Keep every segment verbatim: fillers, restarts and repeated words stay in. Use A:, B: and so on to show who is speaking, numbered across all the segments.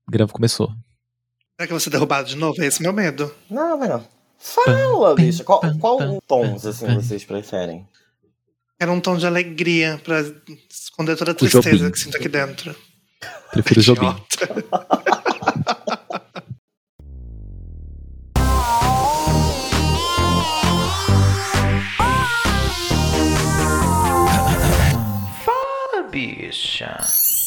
A: grava começou.
B: Será que eu vou ser derrubado de novo? É esse meu medo.
C: Não, vai não. Fala, bicha. Qual, qual tons, assim, vocês preferem?
B: Era um tom de alegria pra esconder toda a tristeza que sinto aqui dentro.
A: Prefiro o Jobim.
D: Fala, bicha.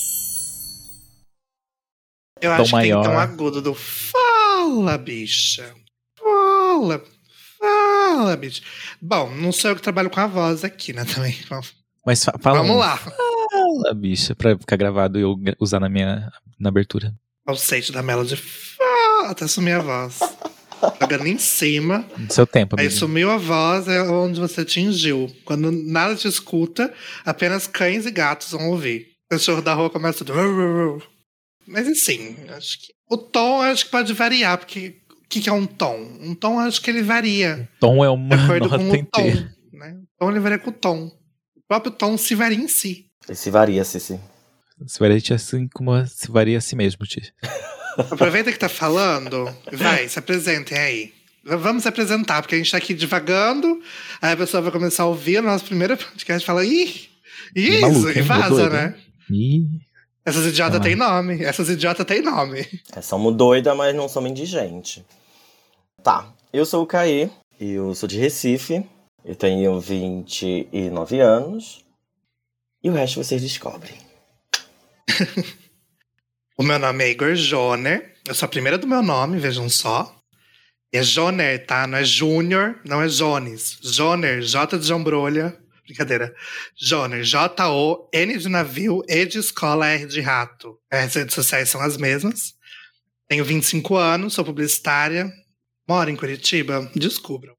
B: Eu
A: Tom
B: acho
A: maior.
B: que tem um tom agudo do fala, bicha. Fala, fala, bicha. Bom, não sou eu que trabalho com a voz aqui, né, também.
A: Mas fa fala
B: Vamos
A: um,
B: lá.
A: Fala, bicha, pra ficar gravado e eu usar na minha na abertura.
B: O site da Melody. Fala, até sumir a voz. Jogando em cima.
A: No seu tempo, amigo.
B: Aí sumiu a voz, é onde você atingiu. Quando nada te escuta, apenas cães e gatos vão ouvir. O cachorro da rua começa tudo. Mas assim, acho que o tom acho que pode variar, porque o que, que é um tom? Um tom acho que ele varia.
A: O tom é uma
B: de acordo
A: nota
B: com o
A: inteira.
B: tom, né? O tom ele varia com o tom. O próprio tom se varia em si.
C: Ele se varia, Cici.
A: Se varia assim como se varia a si mesmo, tio.
B: Aproveita que tá falando, vai, se apresentem aí. Vamos se apresentar, porque a gente tá aqui divagando, aí a pessoa vai começar a ouvir o nosso primeiro podcast e fala, ih, isso,
A: maluco,
B: e
A: hein?
B: vaza,
A: Doido,
B: né?
A: Ih,
B: Essas idiotas
A: Ah.
B: têm nome, essas idiotas têm nome.
C: É, somos doida, mas não somos indigente. Tá, eu sou o Caê, eu sou de Recife, eu tenho vinte e nove anos, e o resto vocês descobrem.
B: O meu nome é Igor Joner, eu sou a primeira do meu nome, vejam só. E é Joner, tá? Não é Júnior, não é Jones. Joner, J de jambrolha. Brincadeira. Joner, J O N de navio, E de escola, R de rato. As redes sociais são as mesmas. Tenho vinte e cinco anos, sou publicitária. Moro em Curitiba? Descubram.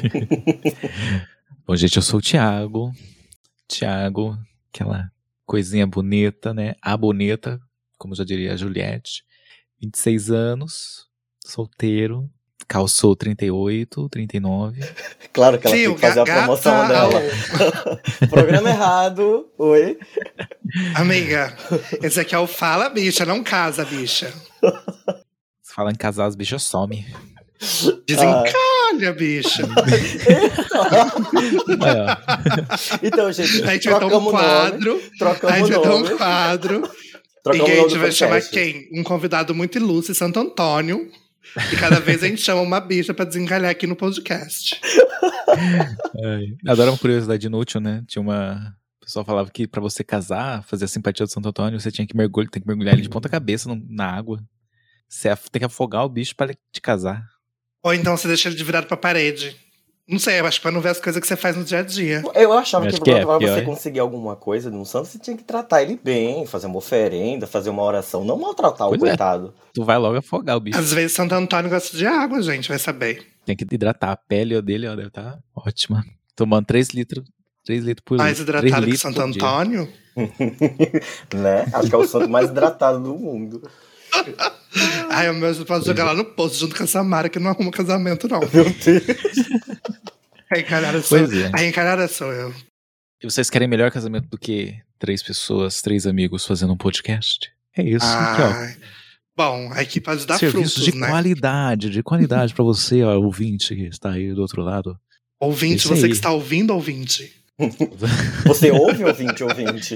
A: Bom, gente, eu sou o Thiago. Thiago, aquela coisinha bonita, né? A bonita, como já diria a Juliette. vinte e seis anos, solteiro. Calçou trinta e oito, trinta e nove.
C: Claro que ela
B: Tio,
C: tem que fazer a
B: gata-
C: promoção dela. Programa errado. Oi.
B: Amiga, esse aqui é o Fala Bicha, não casa, bicha.
A: Se fala em casar, as bichas somem.
B: Desencalha, bicha.
A: Aí, ó.
C: Então, gente,
B: A gente vai dar um
C: trocamos o nome.
B: quadro. A
C: Trocamos
B: gente
C: o
B: vai dar
C: nome.
B: um quadro.
C: Trocamos
B: E
C: o
B: que a
C: nome
B: gente
C: do
B: vai chamar
C: podcast.
B: quem? Um convidado muito ilustre, Santo Antônio. E cada vez a gente chama uma bicha pra desencalhar aqui no podcast.
A: Ai, adoro uma curiosidade inútil, né? Tinha uma... O pessoal falava que pra você casar, fazer a simpatia do Santo Antônio, você tinha que mergulhar, tem que mergulhar ele de ponta cabeça no- na água. Você af- tem que afogar o bicho pra ele te casar.
B: Ou então você deixa ele de virado pra parede. Não sei, eu acho que pra não ver as coisas que você faz no dia a dia.
C: Eu achava
A: Acho
C: que,
A: que é,
C: pra
A: porque,
C: você
A: olha-
C: conseguir alguma coisa de um santo, você tinha que tratar ele bem, fazer uma oferenda, fazer uma oração, não maltratar
A: Pois
C: o
A: é.
C: coitado.
A: Tu vai logo afogar o bicho.
B: Às vezes Santo Antônio gosta de água, gente, vai saber.
A: Tem que hidratar a pele ó, dele, ó, deve estar ótima. Tomando três litros, três litros por
B: Mais
A: três
B: hidratado que
A: litros
B: Santo
A: por dia.
B: Antônio.
C: Né? Acho que é o santo mais hidratado do mundo.
B: Ai, o meu eu posso jogar lá no posto junto com a Samara, que não arruma casamento, não.
C: Meu Deus.
B: A encarada sou,
A: Pois é.
B: a encarada sou eu.
A: E vocês querem melhor casamento do que três pessoas, três amigos fazendo um podcast? É isso, aqui, ó.
B: Ai. Bom, aqui pode dar
A: Serviços
B: frutos,
A: de
B: né?
A: qualidade, de qualidade pra você, ó, ouvinte que está aí do outro lado.
B: Ouvinte,
A: Isso
B: você
A: aí.
B: que está ouvindo, ouvinte.
C: Você ouve, ouvinte, ouvinte?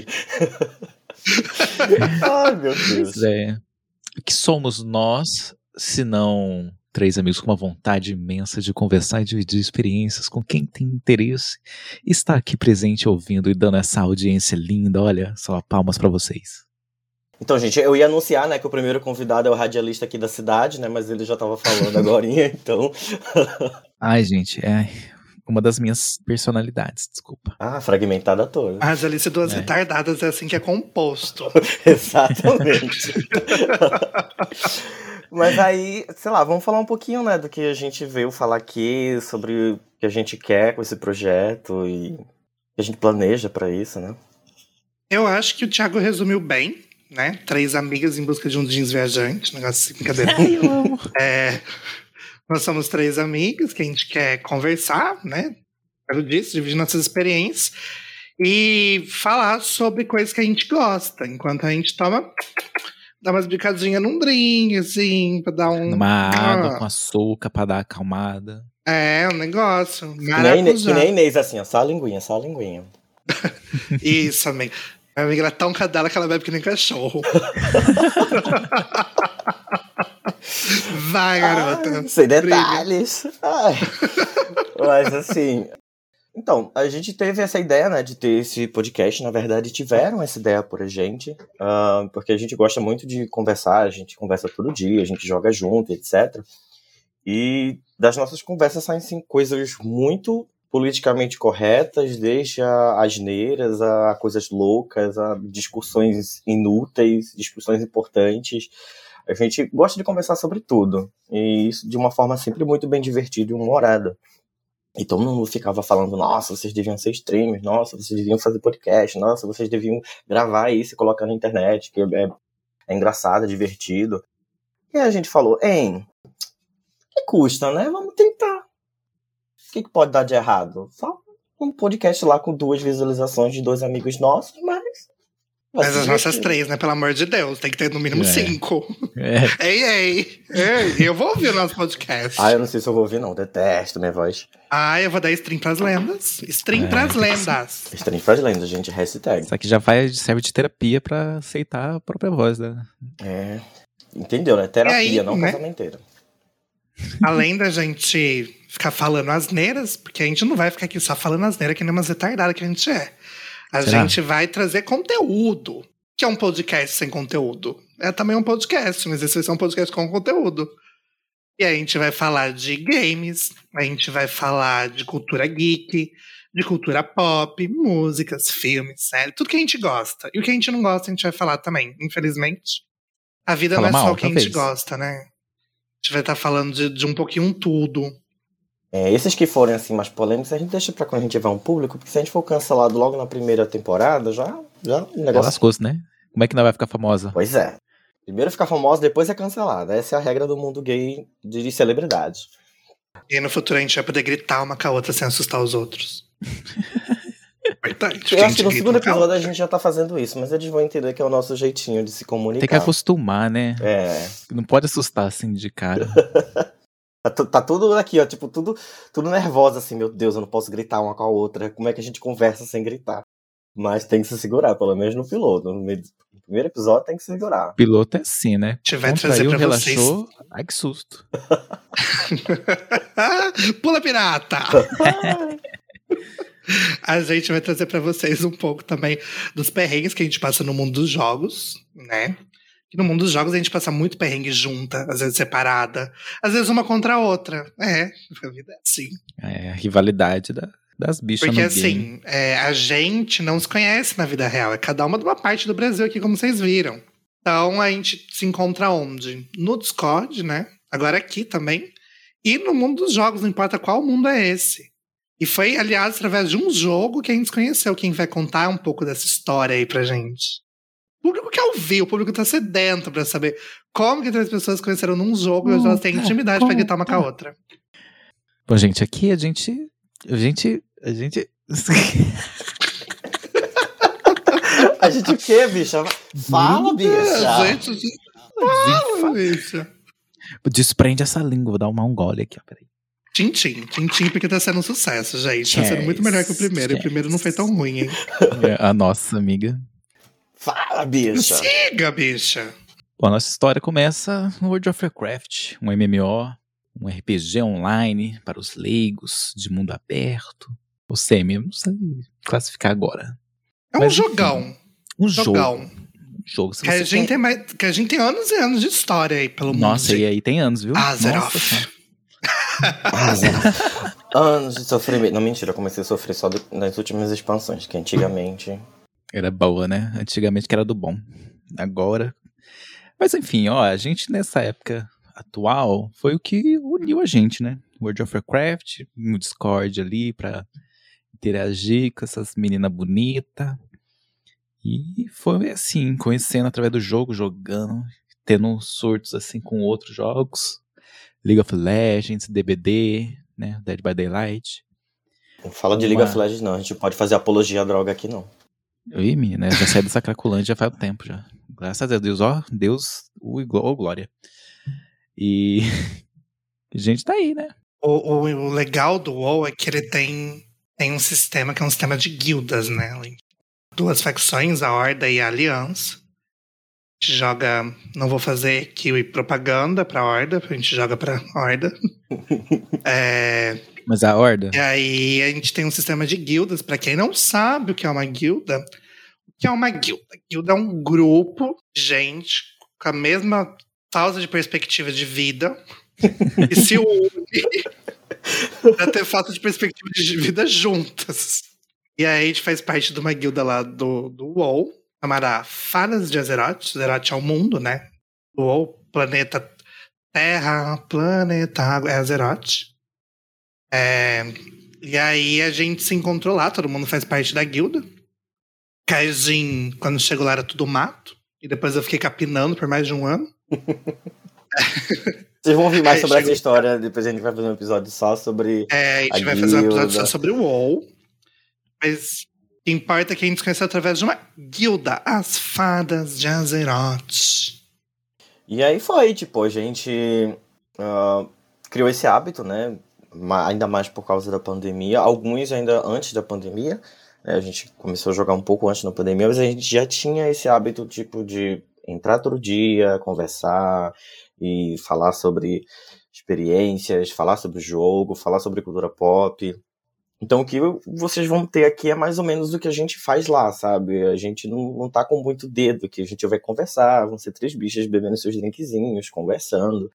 C: Ai, meu Deus.
A: Pois é. O que somos nós, se não três amigos com uma vontade imensa de conversar e dividir experiências com quem tem interesse e está aqui presente ouvindo e dando essa audiência linda. Olha, só palmas pra vocês.
C: Então, gente, eu ia anunciar, né, que o primeiro convidado é o radialista aqui da cidade, né, mas ele já tava falando agorinha, então...
A: Ai, gente, é uma das minhas personalidades, desculpa.
C: Ah, fragmentada toda.
B: As Alice Duas
A: É.
B: Retardadas é assim que é composto.
C: Exatamente. Mas aí, sei lá, vamos falar um pouquinho, né, do que a gente veio falar aqui, sobre o que a gente quer com esse projeto e o que a gente planeja pra isso, né?
B: Eu acho que o Thiago resumiu bem, né? Três amigas em busca de um jeans viajante. Negócio assim, brincadeira.
A: Eu amo.
B: É, nós somos três amigas que a gente quer conversar, né? Eu disse, dividir nossas experiências e falar sobre coisas que a gente gosta, enquanto a gente toma Dá umas bicadinhas num drink, assim, pra dar um.
A: Numa água
B: Ah,
A: com açúcar pra dar acalmada.
B: é, um negócio.
C: Que nem, a Ine- que
B: Maracujá.
C: nem a Inês, assim, ó, só a linguinha, só a linguinha.
B: Isso, amiga. A amiga ela é tão cadela que ela bebe que nem cachorro. Vai, garota.
C: Ai, sem
B: Briga.
C: detalhes. Ai. Mas assim. Então, a gente teve essa ideia, né, de ter esse podcast. Na verdade, tiveram essa ideia por a gente. ah, porque a gente gosta muito de conversar, a gente conversa todo dia, a gente joga junto, etcétera. E das nossas conversas saem assim, coisas muito politicamente corretas, desde a asneiras, a coisas loucas, a discussões inúteis, discussões importantes. A gente gosta de conversar sobre tudo. E isso de uma forma sempre muito bem divertida e humorada. E todo mundo ficava falando, nossa, vocês deviam ser streamers, nossa, vocês deviam fazer podcast, nossa, vocês deviam gravar isso e colocar na internet, que é, é engraçado, é divertido. E a gente falou, hein, que custa, né? Vamos tentar. O que, que pode dar de errado? Só um podcast lá com duas visualizações de dois amigos nossos, mas... vai
B: Mas
C: se
B: as nossas
C: divertir.
B: três, né? Pelo amor de Deus. Tem que ter no mínimo
A: É.
B: cinco.
A: É.
B: Ei, ei. Ei, eu vou ouvir o nosso podcast.
C: Ah, eu não sei se eu vou ouvir, não. Detesto minha voz.
B: Ah, eu vou dar stream pras lendas. Stream
A: É,
B: pras
A: tem que
B: lendas.
C: Stream faz lenda, gente. Hashtag.
A: Isso aqui já vai, serve de terapia pra aceitar a própria voz, né?
C: É. Entendeu, né? Terapia,
B: E aí,
C: não
B: né?
C: casamenteira.
B: Além da gente ficar falando asneiras, porque a gente não vai ficar aqui só falando asneira que nem umas retardadas que a gente é. A
A: Será?
B: gente vai trazer conteúdo. Que é um podcast sem conteúdo. É também um podcast, mas esse vai ser um podcast com conteúdo. E a gente vai falar de games, a gente vai falar de cultura geek, de cultura pop, músicas, filmes, séries, tudo que a gente gosta. E o que a gente não gosta, a gente vai falar também, infelizmente. A vida
A: Fala
B: não é só
A: mal,
B: o que a gente
A: talvez.
B: gosta, né? A gente vai estar falando de, de um pouquinho um tudo.
C: É, esses que forem assim mais polêmicos, a gente deixa pra quando a gente tiver um público, porque se a gente for cancelado logo na primeira temporada, já, já o
A: É
C: negócio.
A: lascou-se, né? Como é que não vai ficar famosa?
C: Pois é. Primeiro ficar famosa, depois é cancelada. Essa é a regra do mundo gay de celebridades.
B: E aí no futuro a gente vai poder gritar uma com a outra sem assustar os outros. Importante.
C: Eu acho que no
B: grita
C: segundo
B: uma com a
C: episódio a
B: outra.
C: gente já tá fazendo isso, mas eles vão entender que é o nosso jeitinho de se comunicar.
A: Tem que acostumar, né?
C: É.
A: Não pode assustar assim de cara.
C: Tá, tu- tá tudo aqui, ó, tipo, tudo, tudo nervosa, assim, meu Deus, eu não posso gritar uma com a outra. Como é que a gente conversa sem gritar? Mas tem que se segurar, pelo menos no piloto. No, meio- no primeiro episódio tem que se segurar.
A: Piloto é assim, né?
B: A gente vai
A: Contraiu,
B: trazer pra
A: relaxou. Ai, que susto.
B: Pula, pirata! A gente vai trazer pra vocês um pouco também dos perrengues que a gente passa no mundo dos jogos, né? Que no mundo dos jogos a gente passa muito perrengue junta, às vezes separada, às vezes uma contra a outra. É, a vida é assim.
A: É a rivalidade da- das bichas
B: Porque
A: no
B: assim,
A: game.
B: é, a gente não se conhece na vida real. É cada uma de uma parte do Brasil aqui, como vocês viram. Então a gente se encontra onde? No Discord, né? Agora aqui também. E no mundo dos jogos, não importa qual mundo é esse. E foi, aliás, através de um jogo que a gente se conheceu. Quem vai contar um pouco dessa história aí pra gente? O público quer ouvir, o público tá sedento pra saber como que três pessoas se conheceram num jogo e hoje elas têm intimidade pra gritar uma com a outra.
A: Bom, gente, aqui a gente. A gente. A gente.
C: A gente o quê, bicha? Fala, bicha!
B: É, gente, fala, bicho.
A: Desprende essa língua, vou dar uma um gole aqui, ó. Peraí.
B: Tintim, Tintim, porque tá sendo um sucesso, gente. Tá
A: Yes,
B: sendo muito melhor que o primeiro. E
A: yes.
B: o primeiro não foi tão ruim, hein?
A: É, a nossa amiga.
C: Fala, bicha!
B: Siga, bicha!
A: Bom, a nossa história começa no World of Warcraft, um M M O, um R P G online para os leigos, de mundo aberto. Ou semi, eu não sei classificar agora.
B: É um
A: Mas, enfim,
B: jogão.
A: Um
B: Jogão.
A: jogo. Um jogo. Se
B: Que a,
A: você
B: gente
A: tem-
B: tem mais, que a gente tem anos e anos de história aí pelo
A: Nossa,
B: mundo.
A: e aí tem anos, viu?
B: Azeroth.
A: Nossa Senhora.
C: Ah, zero. Anos de sofrimento. Não, mentira, eu comecei a sofrer só do- nas últimas expansões, que antigamente...
A: Era boa, né? Antigamente que era do bom. Agora. Mas enfim, ó, a gente nessa época atual foi o que uniu a gente, né? World of Warcraft, no Discord ali pra interagir com essas meninas bonitas. E foi assim, conhecendo através do jogo, jogando, tendo surtos assim com outros jogos. League of Legends, D B D, né? Dead by Daylight.
C: Não fala de League
A: Uma-
C: of Legends, não. A gente pode fazer apologia à droga aqui, não.
A: Ih, menina, já saí dessa Cracolândia já faz um tempo já. Graças a Deus, ó, Deus, o oh, glória. E a gente tá aí, né?
B: O, o, o legal do WoW é que ele tem, tem um sistema que é um sistema de guildas, né? Duas facções, a Horda e a Aliança. A gente joga... Não vou fazer aqui propaganda pra Horda, a gente joga pra Horda. é...
A: Mas a Horda...
B: E aí a gente tem um sistema de guildas. Pra quem não sabe o que é uma guilda, o que é uma guilda? Guilda é um grupo de gente com a mesma falta de perspectiva de vida e se une pra ter falta de perspectiva de vida juntas. E aí a gente faz parte de uma guilda lá do, do WoW, chamada Fadas de Azeroth. Azeroth é o mundo, né? O WoW, planeta Terra, planeta Água, é Azeroth. É, e aí a gente se encontrou lá, todo mundo faz parte da guilda. Kaijin, quando chegou lá, era tudo mato. E depois eu fiquei capinando por mais de um ano.
C: Vocês vão ouvir mais
B: Aí
C: sobre
B: chegou-
C: essa história, depois a gente vai fazer um episódio só sobre...
B: É, a gente
C: A
B: vai fazer um episódio
C: guilda.
B: só sobre o WoW. Mas o que importa é que a gente se conheceu através de uma guilda, as Fadas de Azeroth.
C: E aí foi, tipo, a gente ah, criou esse hábito, né? Ma- Ainda mais por causa da pandemia. Alguns ainda antes da pandemia. Né? A gente começou a jogar um pouco antes da pandemia, mas a gente já tinha esse hábito, tipo, de entrar todo dia, conversar e falar sobre experiências, falar sobre o jogo, falar sobre cultura pop. Então o que vocês vão ter aqui é mais ou menos o que a gente faz lá, sabe? A gente não, não tá com muito dedo aqui, a gente vai conversar, vão ser três bichas bebendo seus drinkzinhos, conversando.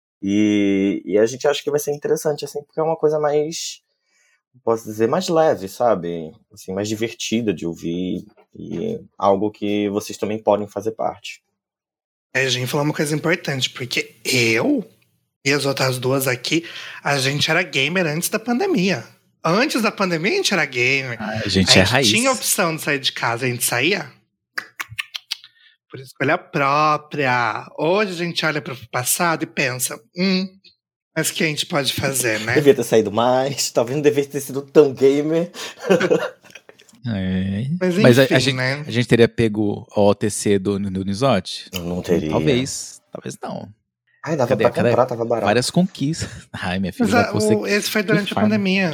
C: E, e a gente acha que vai ser interessante, assim, porque é uma coisa mais, posso dizer, mais leve, sabe? Assim, mais divertida de ouvir e algo que vocês também podem fazer parte.
B: Aí a gente falou uma coisa importante, porque eu e as outras duas aqui, a gente era gamer antes da pandemia. Antes da pandemia a gente era gamer.
A: A gente
B: a
A: é
B: gente
A: raiz.
B: tinha a opção de sair de casa, a gente saía por escolha própria. Hoje a gente olha para o passado e pensa, hum, mas o que a gente pode fazer, né?
C: Devia ter saído mais, talvez não devia ter sido tão gamer.
A: É.
B: Mas enfim,
A: Mas a, a gente,
B: né?
A: a gente teria pego o O T C do, do Nisote?
C: Não teria.
A: Talvez. Talvez não.
C: Ai, dava
A: Cadê?
C: pra
A: Cadê?
C: comprar, tava barato.
A: Várias conquistas. Ai, minha filha,
B: Mas
A: vai
B: a-
A: você...
B: o- esse foi durante a
A: farm.
B: pandemia.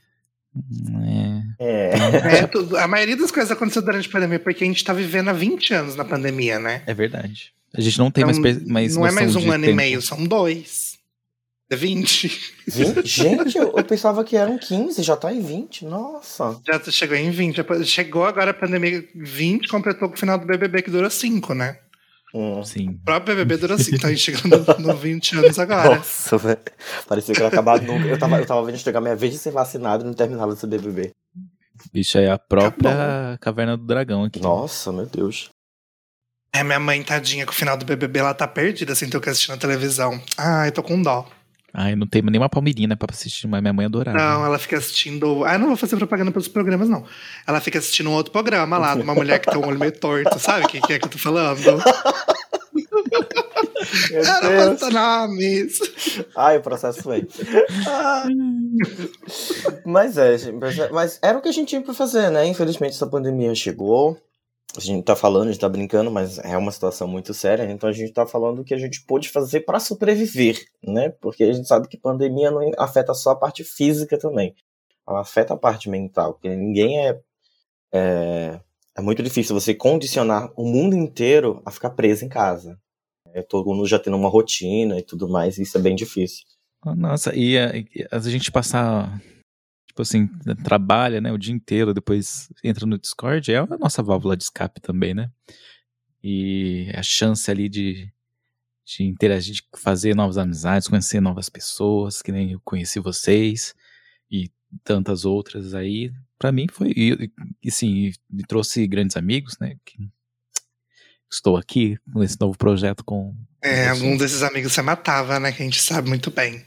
A: É.
C: É.
B: É, tudo- a maioria das coisas aconteceu durante a pandemia, porque a gente tá vivendo há vinte anos na pandemia, né?
A: É verdade. A gente não tem
B: Então,
A: mais, per- mais
B: não é
A: noção
B: mais um
A: de
B: ano e
A: tempo.
B: meio, são dois. É vinte.
C: vinte? Gente, eu, eu pensava que eram quinze, já tá em vinte. Nossa.
B: Já chegou em vinte. Chegou agora a pandemia vinte, completou com o final do B B B, que durou cinco, né?
C: Hum.
A: Sim.
B: O próprio B B B durou cinco, então a gente chegou no, no vinte anos agora.
C: Nossa, velho. Parecia que eu ia acabar nunca. Eu tava, eu tava vendo chegar minha vez de ser vacinado e não terminava de ser B B B.
A: Bicho, é a própria Caverna do Dragão aqui.
C: Nossa, meu Deus.
B: É, minha mãe, tadinha, com o final do B B B, ela tá perdida sem ter o que assistir na televisão. Ai, tô com dó.
A: Ai, não tem nenhuma palmeirinha pra assistir, mas minha mãe adorava.
B: Não, ela fica assistindo... Ah, não vou fazer propaganda pelos programas, não. Ela fica assistindo um outro programa lá, de uma mulher que tem um olho meio torto, sabe o que, que é que eu tô falando?
C: Meu
B: Era
C: Deus.
B: muito nomes.
C: Ai, o processo vem. Ah. Mas é, gente, mas, é- mas era o que a gente tinha pra fazer, né? Infelizmente essa pandemia chegou. A gente tá falando, a gente tá brincando, mas é uma situação muito séria, então a gente tá falando o que a gente pôde fazer pra sobreviver, né? Porque a gente sabe que pandemia não afeta só a parte física também. Ela afeta a parte mental, porque ninguém é... É, é muito difícil você condicionar o mundo inteiro a ficar preso em casa. É, todo mundo já tendo uma rotina e tudo mais, e isso é bem difícil.
A: Nossa, e a, e a gente passar, tipo assim, trabalha, né, o dia inteiro, depois entra no Discord, é a nossa válvula de escape também, né? E a chance ali de, de interagir, de fazer novas amizades, conhecer novas pessoas, que nem eu conheci vocês, e tantas outras aí, pra mim foi, e, e sim, me trouxe grandes amigos, né, que estou aqui com esse novo projeto com...
B: É,
A: com
B: algum
A: vocês.
B: desses amigos você matava, né? Que a gente sabe muito bem.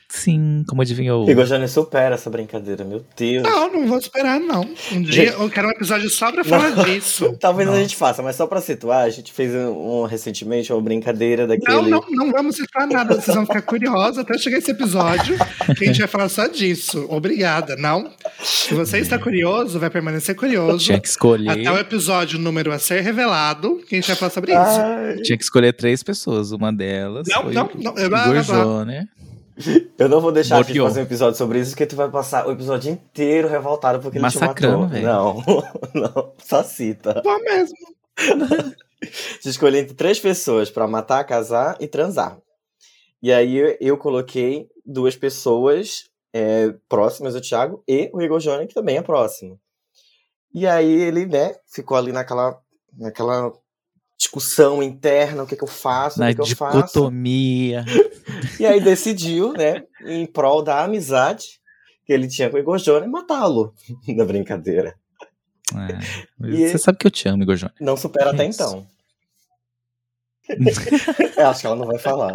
A: Sim, como adivinhou.
C: Igor Jônio supera essa brincadeira, meu Deus.
B: Não, não vou esperar, não. Um dia eu quero um episódio só pra falar
C: Não.
B: disso.
C: Talvez
B: Nossa.
C: a gente faça, mas só pra situar, a gente fez um, um recentemente uma brincadeira daquele.
B: Não, não, não vamos citar nada. Vocês vão ficar curiosos até chegar esse episódio, que a gente vai falar só disso. Obrigada. Não. Se você está curioso, vai permanecer curioso.
A: Tinha que escolher.
B: Até o episódio número a ser revelado, que a gente vai falar sobre isso.
C: Ai,
A: Tinha que escolher três pessoas. Uma delas
B: Não,
A: foi
B: não,
A: o
B: não.
A: Igor
B: Blá, blá, blá.
A: Joner.
C: eu não vou deixar a gente
A: Moriou.
C: fazer um episódio sobre isso, porque tu vai passar o episódio inteiro revoltado porque ele te
A: Massacrando,
C: matou.
A: velho.
C: Não, não, só cita.
B: Bom mesmo.
C: Você escolheu entre três pessoas pra matar, casar e transar. E aí eu, eu coloquei duas pessoas é, próximas, o Thiago e o Igor Jônio, que também é próximo. E aí ele, né, ficou ali naquela, naquela discussão interna, o que que eu faço, o
A: Na
C: que que eu faço.
A: dicotomia.
C: E aí decidiu, né, em prol da amizade que ele tinha com o Igor Jônio, matá-lo na brincadeira.
A: É, mas
C: E-
A: Você sabe que eu te amo, Igor Joner.
C: Não supera até
A: Isso.
C: então. Eu acho que ela não vai falar.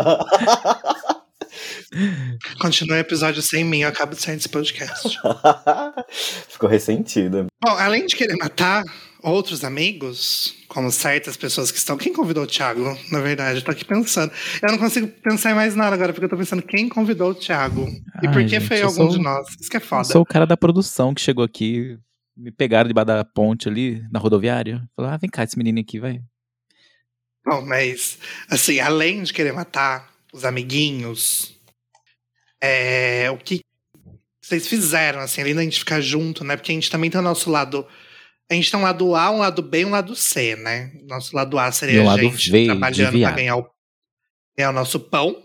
B: Continua o episódio sem mim, eu acabo de sair desse podcast.
C: Ficou ressentida.
B: Bom, além de querer matar outros amigos, como certas pessoas que estão... Quem convidou o Thiago, na verdade? Eu tô aqui pensando. Eu não consigo pensar em mais nada agora, porque eu tô pensando quem convidou o Thiago. E
A: Ai,
B: por que
A: gente,
B: foi
A: eu
B: algum
A: sou-
B: de nós? Isso que é
A: Eu
B: foda.
A: sou o cara da produção que chegou aqui, me pegaram debaixo da ponte ali, na rodoviária. Falaram, ah, vem cá, esse menino aqui, vai.
B: Bom, mas, assim, além de querer matar os amiguinhos, é, o que vocês fizeram, assim, além da gente ficar junto, né? Porque a gente também tem o nosso lado... A gente tem um lado A, um lado B e um lado C, né? Nosso lado A seria
A: E o
B: a
A: lado
B: gente
A: V de
B: trabalhando pra
A: viado.
B: ganhar o, ganhar o nosso pão.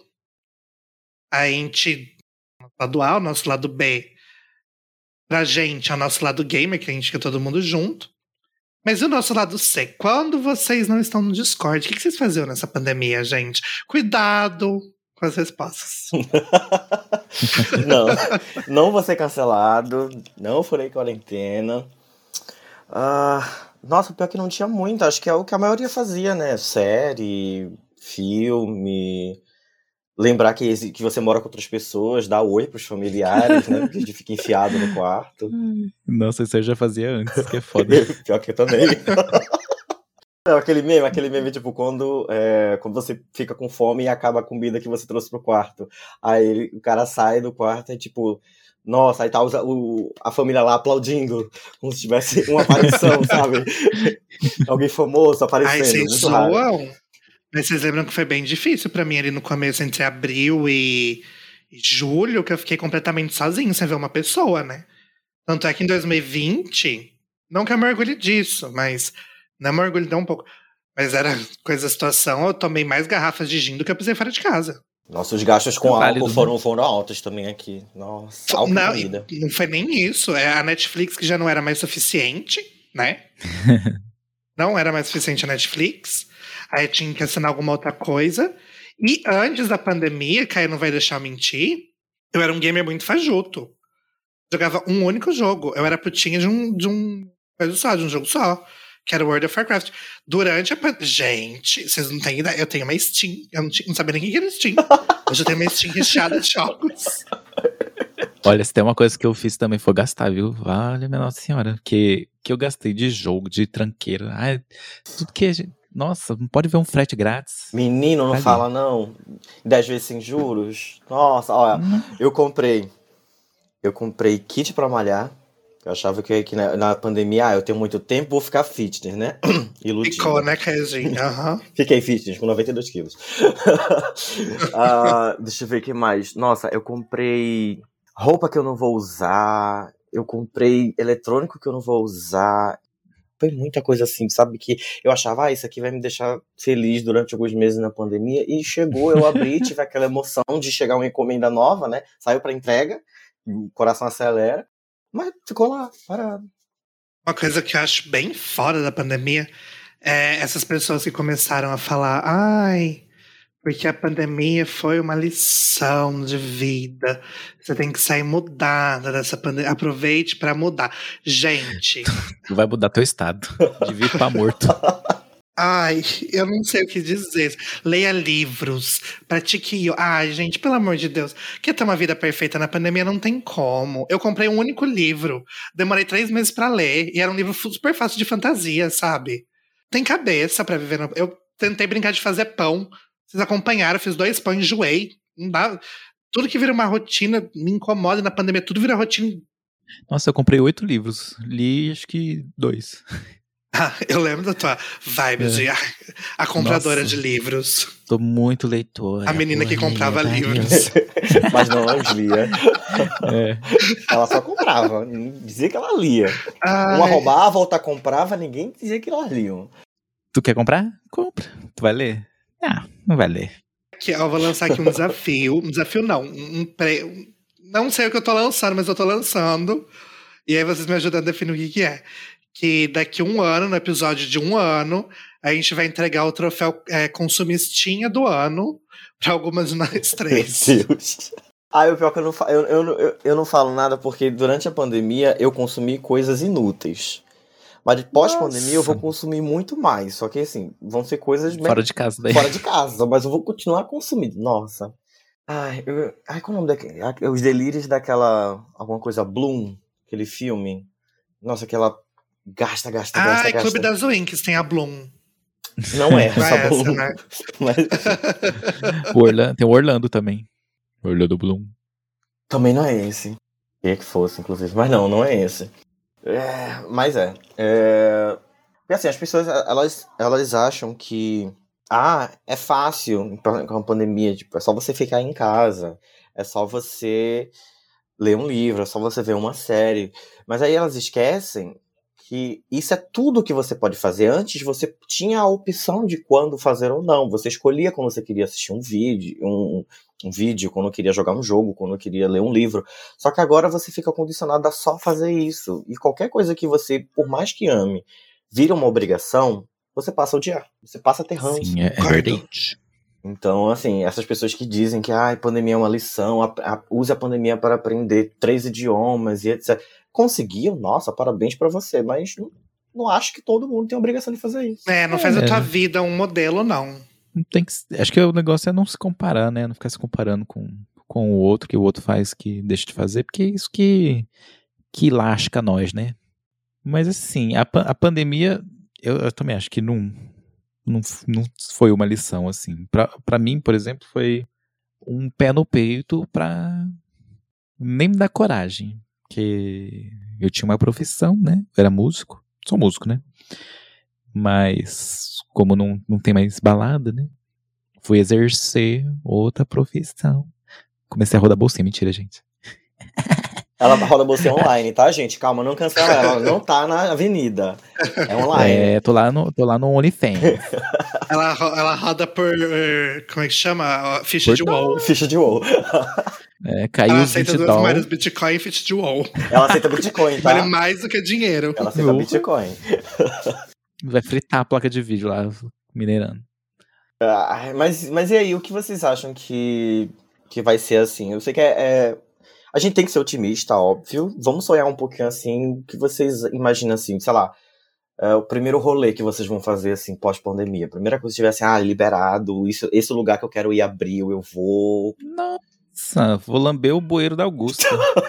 B: A gente... Nosso lado A, o nosso lado B... Pra gente, é o nosso lado gamer, que a gente quer todo mundo junto. Mas e o nosso lado C? Quando vocês não estão no Discord, o que vocês faziam nessa pandemia, gente? Cuidado com as respostas.
C: Não, não vou ser cancelado. Não furei quarentena. Ah, nossa, pior que não tinha muito. Acho que é o que a maioria fazia, né? Série, filme. Lembrar que, exi- que você mora com outras pessoas, dar oi pros familiares, né? Porque a gente fica enfiado no quarto.
A: Nossa, isso eu já fazia antes, que é foda.
C: Pior que eu também. Não, aquele meme, aquele meme, tipo, quando, é, quando você fica com fome e acaba a comida que você trouxe pro quarto. Aí ele- o cara sai do quarto e, tipo, nossa, aí tá os- o, a família lá aplaudindo, como se tivesse uma aparição, sabe? Alguém famoso
B: Ai,
C: aparecendo.
B: vocês
C: Muito raro.
B: zoam. Mas vocês lembram que foi bem difícil pra mim ali no começo, entre abril e, e julho, que eu fiquei completamente sozinho sem ver uma pessoa, né? Tanto é que em dois mil e vinte, não que eu me orgulhe disso, mas não me orgulho um pouco. Mas era coisa da situação, eu tomei mais garrafas de gin do que eu pisei fora de casa.
C: Nossa, os gastos com
A: Válido,
C: álcool
A: né?
C: foram, foram altos também aqui. Nossa, álcool e
B: Não,
C: comida.
B: e não foi nem isso. É a Netflix que já não era mais suficiente, né? Não era mais suficiente a Netflix. Aí eu tinha que assinar alguma outra coisa. E antes da pandemia, Caio não vai deixar eu mentir, eu era um gamer muito fajuto. Jogava um único jogo. Eu era putinha de um, de um coisa só, de um jogo só. Que era World of Warcraft. Durante a pandemia... Gente, vocês não têm ideia. Eu tenho uma Steam. Eu não, tinha, não sabia nem o que era Steam. Hoje eu tenho uma Steam recheada de jogos.
A: Olha, se tem uma coisa que eu fiz também foi gastar, viu? Vale, minha Nossa Senhora. Que, que eu gastei de jogo, de tranqueira. Ai, tudo que a gente... Nossa, não pode ver um frete grátis.
C: Menino, não
A: Ali.
C: fala não. Dez vezes sem juros. Nossa, olha,
A: Hum.
C: eu comprei. Eu comprei kit pra malhar. Eu achava que, que na, na pandemia, ah, eu tenho muito tempo, vou ficar fitness, né? Iludido.
B: Ficou, né, Caiozinho? Aham.
C: Fiquei fitness com noventa e dois quilos. Ah, deixa eu ver o que mais. Nossa, eu comprei roupa que eu não vou usar. Eu comprei eletrônico que eu não vou usar. Foi muita coisa assim, sabe? Que eu achava, ah, isso aqui vai me deixar feliz durante alguns meses na pandemia. E chegou, eu abri, tive aquela emoção de chegar uma encomenda nova, né? Saiu pra entrega, o coração acelera. Mas ficou lá, parado.
B: Uma coisa que eu acho bem fora da pandemia é essas pessoas que começaram a falar, ai, porque a pandemia foi uma lição de vida. Você tem que sair mudada dessa pandemia. Aproveite pra mudar. Gente,
A: Vai mudar teu estado. De vivo pra morto.
B: Ai, eu não sei o que dizer. Leia livros, pratique yoga. Ai, gente, pelo amor de Deus. Quer ter uma vida perfeita na pandemia? Não tem como. Eu comprei um único livro, demorei três meses pra ler, e era um livro super fácil de fantasia, sabe? Tem cabeça pra viver. No... Eu tentei brincar de fazer pão. Vocês acompanharam, eu fiz dois pães, enjoei. Não dá... Tudo que vira uma rotina me incomoda na pandemia, tudo vira rotina.
A: Nossa, eu comprei oito livros. Li acho que dois.
B: Ah, eu lembro da tua vibe
A: É.
B: de a, a compradora
A: Nossa.
B: de livros.
A: Tô muito leitor.
B: A menina que comprava
A: Pariu.
B: livros.
C: Mas não as lia.
A: É.
C: Ela só comprava. Ninguém dizia que ela lia.
B: Ai,
C: Uma roubava, outra comprava, ninguém dizia que elas liam.
A: Tu quer comprar? Compra. Tu vai ler? Ah, não vai ler.
B: que eu vou lançar aqui um desafio. Um desafio não. Um, um pré, um- não sei o que eu tô lançando, mas eu tô lançando. E aí vocês me ajudam a definir o que, que é. Que daqui um ano, no episódio de um ano, a gente vai entregar o troféu é, consumistinha do ano pra algumas de nós três.
C: Meu Deus. Ah, o pior é que eu não, fa- eu, eu, não- eu, eu não falo nada porque durante a pandemia eu consumi coisas inúteis. Mas pós-pandemia eu vou
A: Nossa.
C: consumir muito mais. Só que assim, vão ser coisas me-
A: Fora de casa daí.
C: fora de casa, mas eu vou continuar consumindo. Nossa. Ai, eu, ai qual é o nome daquele? ah, Os delírios daquela. Alguma coisa Bloom, aquele filme. Nossa, aquela. Gasta, gasta, gasta,
B: Ai,
C: gasta.
B: Clube das Winx, tem a Bloom.
C: Não é
B: Não
C: essa
B: é
C: Bloom.
B: essa, né?
C: Mas
A: O Orlando, tem o Orlando também. Orlando Bloom.
C: também não é esse. Queria que fosse, inclusive. Mas não, não é esse. É, mas é. é... Porque assim, as pessoas, elas, elas acham que... Ah, é fácil com a pandemia. Tipo, é só você ficar em casa. É só você ler um livro. É só você ver uma série. Mas aí elas esquecem que isso é tudo que você pode fazer. Antes você tinha a opção de quando fazer ou não. Você escolhia quando você queria assistir um vídeo, um, um vídeo, quando queria jogar um jogo, quando queria ler um livro. Só que agora você fica condicionado a só fazer isso. E qualquer coisa que você, por mais que ame, vira uma obrigação, você passa a odiar. Você passa a ter ranço.
A: Sim, é, é
B: Concordo.
A: verdade.
C: Então, assim, essas pessoas que dizem que ah, a pandemia é uma lição, a, a, use a pandemia para aprender três idiomas e etcétera. Conseguiu? Nossa, parabéns pra você. Mas não, não acho que todo mundo tem a obrigação de fazer isso.
B: É, não faz
A: É.
B: a tua vida um modelo, não.
A: Não tem que, acho que o negócio é não se comparar, né? Não ficar se comparando com, com o outro, que o outro faz que deixa de fazer, porque é isso que, que lasca nós, né? Mas assim, a, pa- a pandemia, eu, eu também acho que não, não, f- não foi uma lição, assim. Pra, pra mim, por exemplo, foi um pé no peito pra nem me dar coragem. Porque eu tinha uma profissão, né? Eu era músico. Sou músico, né? Mas como não, não tem mais balada, né? Fui exercer outra profissão. Comecei a rodar bolsinha. Mentira, gente.
C: Ela roda você online, tá, gente? Calma, não cancela ela. Ela não tá na avenida. É online.
A: É, tô lá no, tô lá no OnlyFans.
B: Ela, ro- ela roda por. eh, Como é que chama? Ficha
A: Por
B: de wall.
C: Ficha de WoW.
A: É, caiu
B: Ela
A: os
B: aceita
A: vinte
B: duas
A: dólares.
B: moedas Bitcoin e ficha de wall.
C: Ela aceita Bitcoin, tá?
B: Vale mais do que dinheiro.
C: Ela aceita
A: Uhum.
C: Bitcoin.
A: Vai fritar a placa de vídeo lá, minerando.
C: Ah, mas, mas e aí, o que vocês acham que, que vai ser assim? Eu sei que é, é- a gente tem que ser otimista, óbvio. Vamos sonhar um pouquinho assim. O que vocês imaginam assim, sei lá, é, o primeiro rolê que vocês vão fazer assim, pós-pandemia? A primeira coisa que tiver assim, ah, liberado, isso, esse lugar que eu quero ir abriu, eu vou.
A: Nossa, vou lamber o bueiro da Augusta.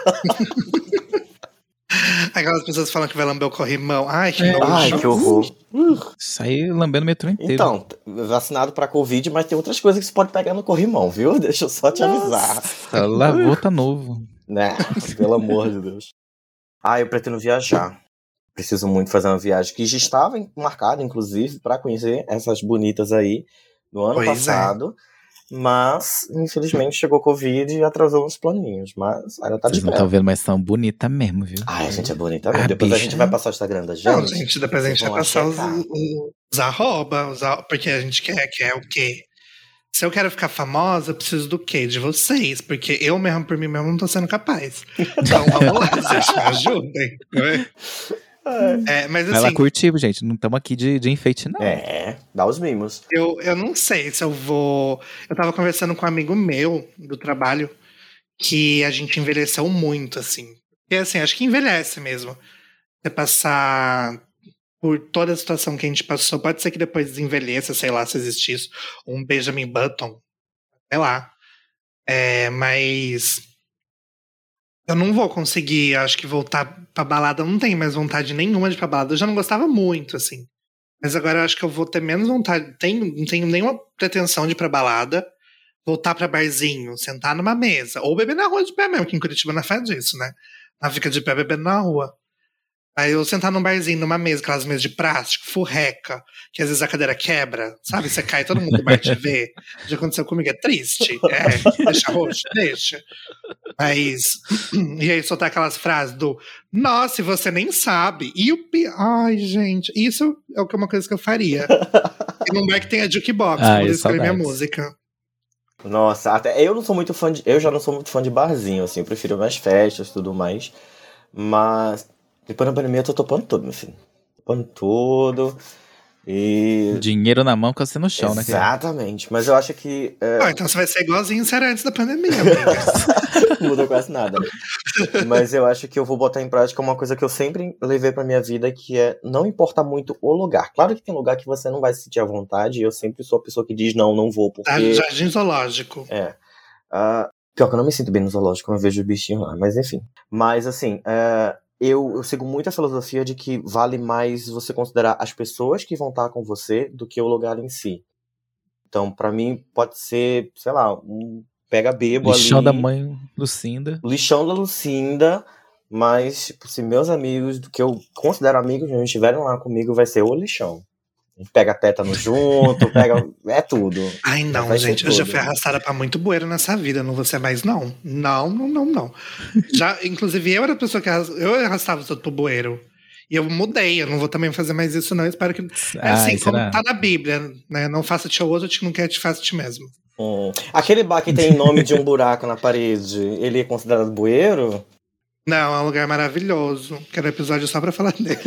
B: Aquelas pessoas falam que vai lamber o corrimão. Ai, que
A: É.
B: nojo.
C: Ai, que horror.
A: Saí lambendo o metrô inteiro.
C: Então, vacinado pra Covid, mas tem outras coisas que você pode pegar no corrimão, viu? Deixa eu só te avisar.
A: Nossa, lavou, tá novo.
C: Né? Pelo amor de Deus. Ah, eu pretendo viajar. Preciso muito fazer uma viagem que já estava marcada, inclusive, pra conhecer essas bonitas aí no ano
B: Pois é.
C: passado. Mas, infelizmente, chegou Covid e atrasou uns planinhos. Mas ainda tá de
A: Vocês não
C: pé.
A: estão vendo, mas são bonita mesmo, viu?
C: Ai, a gente é bonita
A: Ah,
C: mesmo. Depois a
A: bicha.
C: gente vai passar o Instagram da gente.
B: Não, gente, depois a gente
C: Vocês
B: vai
C: vão lá
B: passar os,
C: checar.
B: os arroba, os ar- porque a gente quer, quer o quê? Se eu quero ficar famosa, eu preciso do quê? De vocês, porque eu mesmo, por mim mesmo, não tô sendo capaz. Então, vamos lá, gente, me ajudem. né? É, mas
A: Vai lá
B: assim,
A: curtir, gente. Não estamos aqui de, de enfeite, não.
C: É, dá os mimos.
B: eu, eu não sei se eu vou... Eu tava conversando com um amigo meu do trabalho que a gente envelheceu muito, assim. E assim, acho que envelhece mesmo. Você passar por toda a situação que a gente passou. Pode ser que depois envelheça, sei lá, se existe isso. Um Benjamin Button, sei lá. É, mas eu não vou conseguir, acho que voltar pra balada. Eu não tenho mais vontade nenhuma de ir pra balada. Eu já não gostava muito, assim. Mas agora eu acho que eu vou ter menos vontade. Tenho, não tenho nenhuma pretensão de ir pra balada. Voltar pra barzinho, sentar numa mesa. Ou beber na rua de pé mesmo, que em Curitiba não faz disso, né? Ela fica de pé bebendo na rua. Aí eu sentar num barzinho, numa mesa, aquelas mesas de plástico, furreca, que às vezes a cadeira quebra, sabe? Você cai, todo mundo do bar te vê. Já aconteceu comigo, é triste. É, deixa roxo, deixa. Mas, e aí soltar aquelas frases do nossa, e você nem sabe. E o pi... Ai, gente, isso é uma coisa que eu faria. E num bar que tem a jukebox, pra poder escolher minha música.
C: Nossa, até eu não sou muito fã de. Eu já não sou muito fã de barzinho, assim, eu prefiro mais festas e tudo mais. Mas depois da pandemia eu tô topando tudo, meu filho. Topando tudo. E.
A: Dinheiro na mão, com você no chão, né?
C: Exatamente. Mas eu acho que. É...
B: Ah, então você vai ser igualzinho você era antes da pandemia, amiga.
C: Não mudou quase nada. Mas eu acho que eu vou botar em prática uma coisa que eu sempre levei pra minha vida, que é não importa muito o lugar. Claro que tem lugar que você não vai se sentir à vontade, e eu sempre sou a pessoa que diz não, não vou, porque...
B: Jardim zoológico.
C: É. Uh, pior que eu não me sinto bem no zoológico, eu vejo o bichinho lá, mas enfim. Mas assim, uh, eu, eu sigo muito a filosofia de que vale mais você considerar as pessoas que vão estar com você do que o lugar em si. Então, pra mim, pode ser, sei lá, um pega bebo ali.
A: Lixão da mãe Lucinda.
C: Lixão da Lucinda, mas tipo, se meus amigos, que eu considero amigos, não estiverem lá comigo, vai ser o lixão. A gente pega tétano junto, pega... é tudo.
B: Ai, não, gente, eu já fui arrastada pra muito bueiro nessa vida, não vou ser mais, não. Não, não, não, não. Já, inclusive, eu era a pessoa que arrastava, eu arrastava tudo pro bueiro. E eu mudei, eu não vou também fazer mais isso, não. Eu espero que. É assim, como tá na Bíblia, né? Não faça-te ao outro, que não quer te faça a ti mesmo.
C: Hum. Aquele bar que tem nome de um buraco na parede, ele é considerado bueiro?
B: Não, é um lugar maravilhoso. Quero episódio só pra falar dele.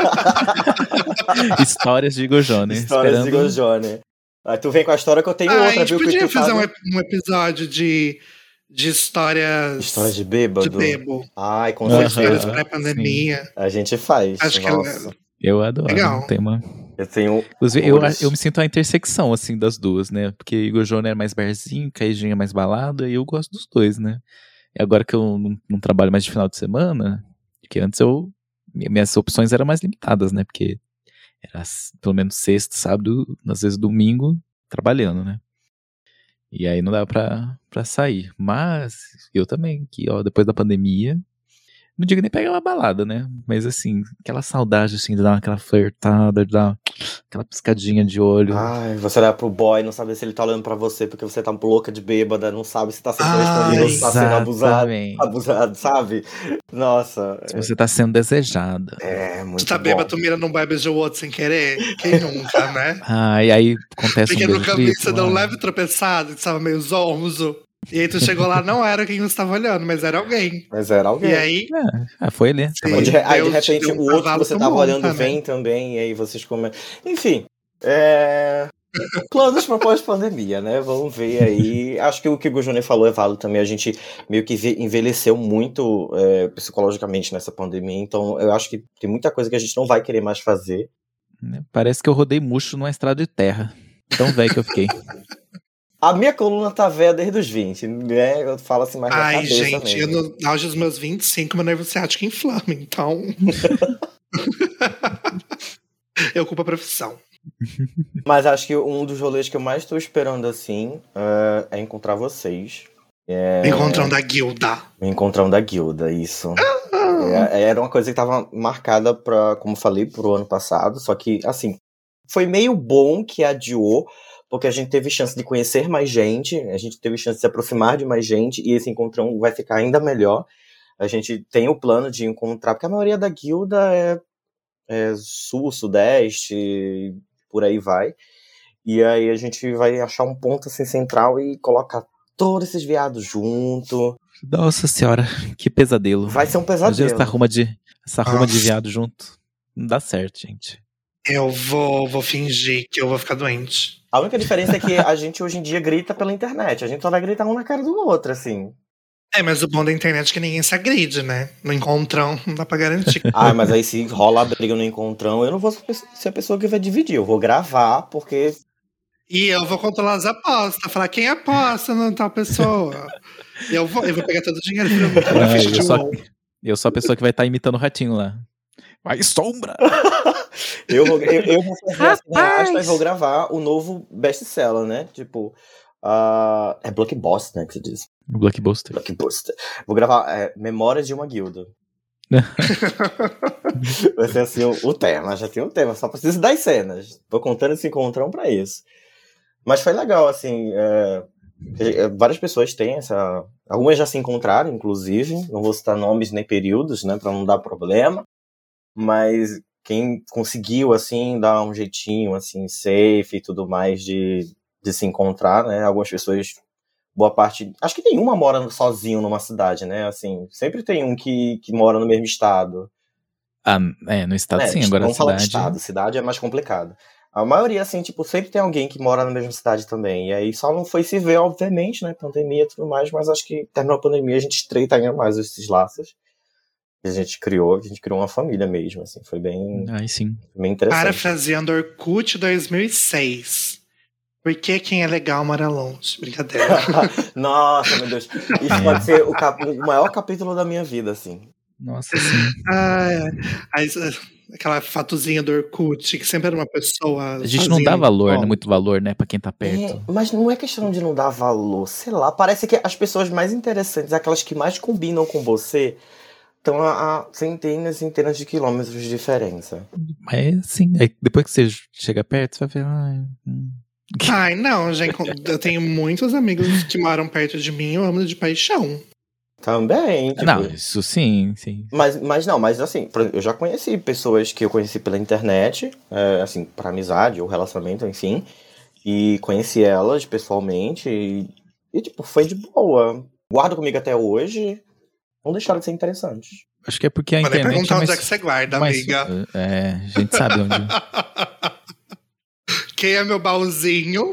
A: Histórias de Igor Jones.
C: Histórias
A: esperando...
C: de Igor Jones. Aí tu vem com a história que eu tenho
B: ah,
C: outra,
B: a gente
C: viu?
B: podia
C: que
B: fazer um,
C: faz...
B: um episódio de, de histórias...
C: Histórias de bêbado?
B: De bebo.
C: Ai, com
B: uhum,
C: certeza.
B: pré-pandemia.
C: A gente faz.
B: Acho
C: nossa.
B: que
A: eu adoro.
B: Legal.
A: Um tema...
C: Eu tenho.
A: Inclusive, eu, eu me sinto a intersecção, assim, das duas, né? Porque Igor Jones é mais barzinho, Caidinha é mais balada, e eu gosto dos dois, né? E agora que eu não, não trabalho mais de final de semana, porque antes eu... Minhas opções eram mais limitadas, né? Porque era pelo menos sexta, sábado, às vezes domingo, trabalhando, né? E aí não dava pra, pra sair. Mas eu também, que ó, depois da pandemia... Não digo nem pegar uma balada, né? Mas assim, aquela saudade assim, de dar aquela flertada, de dar aquela piscadinha de olho.
C: Ai, você olhar pro boy, não sabe se ele tá olhando pra você porque você tá louca de bêbada, não sabe se tá sendo correspondido ou se tá sendo abusado, abusado, sabe? Nossa.
A: Se você tá sendo desejada.
C: É, muito bom.
B: Tu tá bêbado, tu mira num bar e beija o outro sem querer? Quem nunca, né?
A: Ah, e aí acontece
B: porque
A: um beijo
B: nunca vi
A: triplo,
B: você deu um leve tropeçado, que tava meio zonzo. E aí tu chegou lá, não era quem você estava olhando, mas era alguém.
C: Mas era alguém.
B: E aí...
A: É, foi ele.
C: Sim, de, aí de repente um o outro que você tava olhando vem também, e aí vocês comem. Enfim, é... planos para pós-pandemia, né? Vamos ver aí. Acho que o que o Gujone falou é válido também. A gente meio que envelheceu muito é, psicologicamente nessa pandemia, então eu acho que tem muita coisa que a gente não vai querer mais fazer.
A: Parece que eu rodei murcho numa estrada de terra. Tão velho que eu fiquei.
C: A minha coluna tá velha desde os vinte, né? Eu falo assim mais na
B: Ai,
C: cabeça
B: gente,
C: mesmo.
B: Eu, no auge dos meus vinte e cinco, meu nervo ciático inflama, então... eu culpo a profissão.
C: Mas acho que um dos rolês que eu mais tô esperando, assim, uh, é encontrar vocês. É...
B: Encontrão da guilda.
C: Encontrão da guilda, isso. é, era uma coisa que tava marcada pra, como falei, pro ano passado, só que, assim, foi meio bom que adiou, porque a gente teve chance de conhecer mais gente, a gente teve chance de se aproximar de mais gente, e esse encontrão vai ficar ainda melhor. A gente tem o plano de encontrar, porque a maioria da guilda é, é sul, sudeste, por aí vai. E aí a gente vai achar um ponto assim central e colocar todos esses viados junto.
A: Nossa senhora, que pesadelo.
C: Vai ser um pesadelo.
A: Essa ruma de, essa ruma de viado junto não dá certo, gente.
B: Eu vou, vou fingir que eu vou ficar doente.
C: A única diferença é que a gente hoje em dia grita pela internet. A gente só vai gritar um na cara do outro, assim.
B: É, mas o bom da internet é que ninguém se agride, né? No encontrão, não dá pra garantir.
C: Ah, mas aí se rola a briga no encontrão, eu não vou ser a pessoa que vai dividir. Eu vou gravar, porque...
B: E eu vou controlar as apostas, falar quem aposta na tal pessoa. E eu vou, eu vou pegar todo o dinheiro pra
A: Ah,
B: ficha
A: eu,
B: de
A: sou,
B: WoW.
A: eu sou a pessoa que vai estar imitando o ratinho lá. Vai, sombra!
C: eu, vou, eu, eu vou fazer essa
A: Rapaz!
C: reasta e vou gravar o novo best-seller, né? Tipo, uh, é Blockbuster, né, que você diz.
A: Blockbuster.
C: Blockbuster. Vou gravar é, Memórias de uma Guilda. Vai ser assim o, o tema, já tem um tema, só preciso das cenas. Tô contando esse encontrão pra isso. Mas foi legal, assim, é, é, várias pessoas têm essa... Algumas já se encontraram, inclusive, não vou citar nomes nem períodos, né, pra não dar problema, mas quem conseguiu, assim, dar um jeitinho, assim, safe e tudo mais de, de se encontrar, né, algumas pessoas... Boa parte... Acho que nenhuma mora sozinho numa cidade, né? Assim, sempre tem um que, que mora no mesmo estado.
A: Ah, é, no estado
C: é,
A: sim, agora
C: vamos
A: a
C: falar de
A: cidade...
C: estado. Cidade é mais complicado. A maioria, assim, tipo, sempre tem alguém que mora na mesma cidade também. E aí só não foi se ver, obviamente, né? Pandemia e tudo mais, mas acho que terminou a pandemia, a gente estreita ainda mais esses laços que a gente criou. A gente criou uma família mesmo, assim. Foi bem,
A: Ai, sim.
C: bem interessante.
B: Parafraseando Orkut dois mil e seis. Por que quem é legal mora longe? Brincadeira.
C: Nossa, meu Deus. Isso
A: É.
C: pode ser o, cap... o maior capítulo da minha vida, assim.
A: Nossa, sim.
B: Ah, é. Aí, aquela fatuzinha do Orkut, que sempre era uma pessoa.
A: A gente não dá valor, né, muito valor, né, pra quem tá perto.
C: É, mas não é questão de não dar valor, sei lá, parece que as pessoas mais interessantes, aquelas que mais combinam com você, estão a, a centenas e centenas de quilômetros de diferença.
A: Mas sim, aí depois que você chega perto, você vai ver... Ai, hum.
B: Ai, não, gente. Eu tenho muitos amigos que moram perto de mim, eu amo de paixão.
C: Também, tipo...
A: Não, isso sim, sim.
C: Mas, mas não, mas assim, eu já conheci pessoas que eu conheci pela internet, é, assim, pra amizade ou relacionamento, enfim, e conheci elas pessoalmente e, e, tipo, foi de boa. Guardo comigo até hoje, não deixaram de ser interessantes.
A: Acho que é porque a
B: Vou nem
A: internet
B: perguntar
A: é
B: onde
A: mais...
B: é que você guarda,
A: mais,
B: amiga.
A: É, a gente sabe onde...
B: Quem é meu baúzinho?